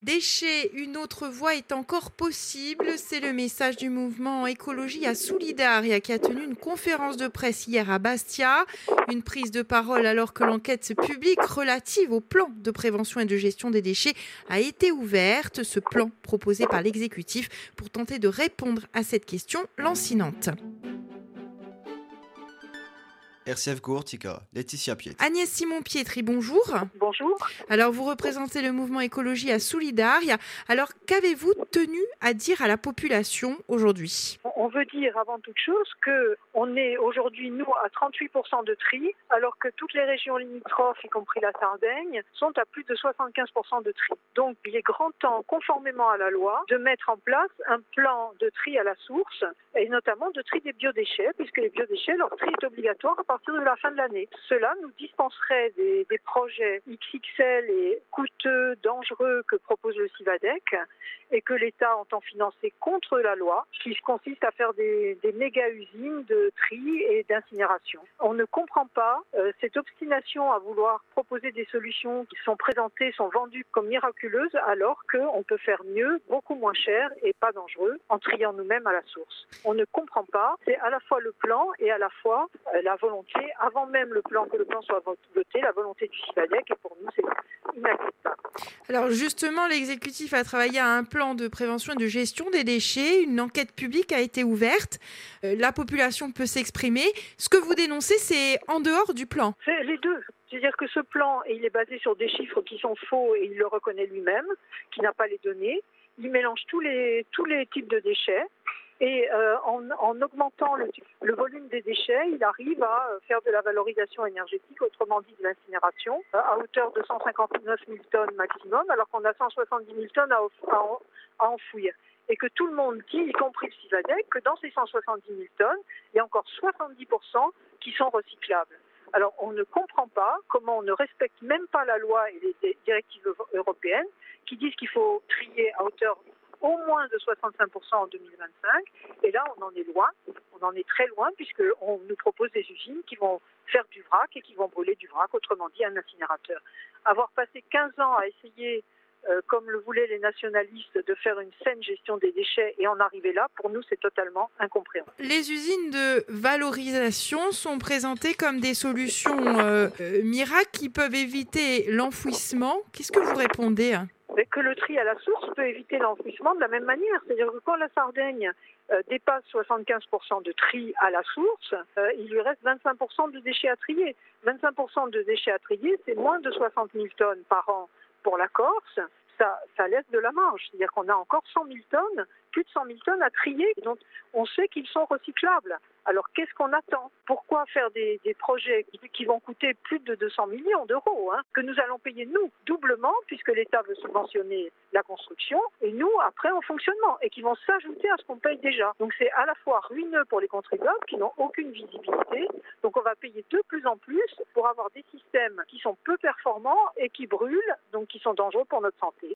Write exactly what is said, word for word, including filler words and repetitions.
Déchets, une autre voie est encore possible. C'est le message du mouvement Écologie à Solidaria qui a tenu une conférence de presse hier à Bastia. Une prise de parole alors que l'enquête publique relative au plan de prévention et de gestion des déchets a été ouverte. Ce plan proposé par l'exécutif pour tenter de répondre à cette question lancinante. R C F Courtica, Laetitia Piet. Agnès Simon-Pietri, bonjour. Bonjour. Alors, vous représentez le mouvement Écologie à Solidaria. Alors, qu'avez-vous tenu à dire à la population aujourd'hui ? On veut dire avant toute chose qu'on est aujourd'hui, nous, à trente-huit pour cent de tri, alors que toutes les régions limitrophes, y compris la Sardaigne, sont à plus de soixante-quinze pour cent de tri. Donc, il est grand temps, conformément à la loi, de mettre en place un plan de tri à la source, et notamment de tri des biodéchets, puisque les biodéchets, leur tri est obligatoire à partir de la fin de l'année. Cela nous dispenserait des, des projets X X L et coûteux, dangereux que propose le Civadec, et que l'État entend financer contre la loi, qui consiste à faire des, des méga-usines de tri et d'incinération. On ne comprend pas euh, cette obstination à vouloir proposer des solutions qui sont présentées, sont vendues comme miraculeuses, alors qu'on peut faire mieux, beaucoup moins cher et pas dangereux, en triant nous-mêmes à la source. On ne comprend pas, c'est à la fois le plan et à la fois euh, la volonté, avant même le plan, que le plan soit voté, la volonté du Civadec, et pour nous c'est inacceptable. Alors justement, l'exécutif a travaillé à un plan de prévention et de gestion des déchets. Une enquête publique a été ouverte. Euh, la population peut s'exprimer. Ce que vous dénoncez, c'est en dehors du plan. C'est les deux. C'est-à-dire que ce plan, il est basé sur des chiffres qui sont faux et il le reconnaît lui-même, qui n'a pas les données. Il mélange tous les, tous les types de déchets. Et euh, en, en augmentant le, le volume des déchets, il arrive à faire de la valorisation énergétique, autrement dit de l'incinération, à hauteur de cent cinquante-neuf mille tonnes maximum, alors qu'on a cent soixante-dix mille tonnes à, à, à enfouir. Et que tout le monde dit, y compris le Civadec, que dans ces cent soixante-dix mille tonnes, il y a encore soixante-dix pour cent qui sont recyclables. Alors on ne comprend pas comment on ne respecte même pas la loi et les directives européennes qui disent qu'il faut trier à hauteur au moins de soixante-cinq pour cent en deux mille vingt-cinq. Et là, on en est loin. On en est très loin puisqu'on nous propose des usines qui vont faire du vrac et qui vont brûler du vrac, autrement dit un incinérateur. Avoir passé quinze ans à essayer, euh, comme le voulaient les nationalistes, de faire une saine gestion des déchets et en arriver là, pour nous, c'est totalement incompréhensible. Les usines de valorisation sont présentées comme des solutions euh, euh, miracles qui peuvent éviter l'enfouissement. Qu'est-ce que vous répondez ? Mais que le tri à la source peut éviter l'enfouissement de la même manière. C'est-à-dire que quand la Sardaigne euh, dépasse soixante-quinze pour cent de tri à la source, euh, il lui reste vingt-cinq pour cent de déchets à trier. vingt-cinq pour cent de déchets à trier, c'est moins de soixante mille tonnes par an pour la Corse. Ça, ça laisse de la marge. C'est-à-dire qu'on a encore cent mille tonnes, plus de cent mille tonnes à trier. Donc on sait qu'ils sont recyclables. Alors qu'est-ce qu'on attend ? Pourquoi faire des, des projets qui, qui vont coûter plus de deux cents millions d'euros, hein, que nous allons payer nous doublement, puisque l'État veut subventionner la construction, et nous après en fonctionnement, et qui vont s'ajouter à ce qu'on paye déjà. Donc c'est à la fois ruineux pour les contribuables qui n'ont aucune visibilité, donc on va payer de plus en plus pour avoir des systèmes qui sont peu performants et qui brûlent, donc qui sont dangereux pour notre santé.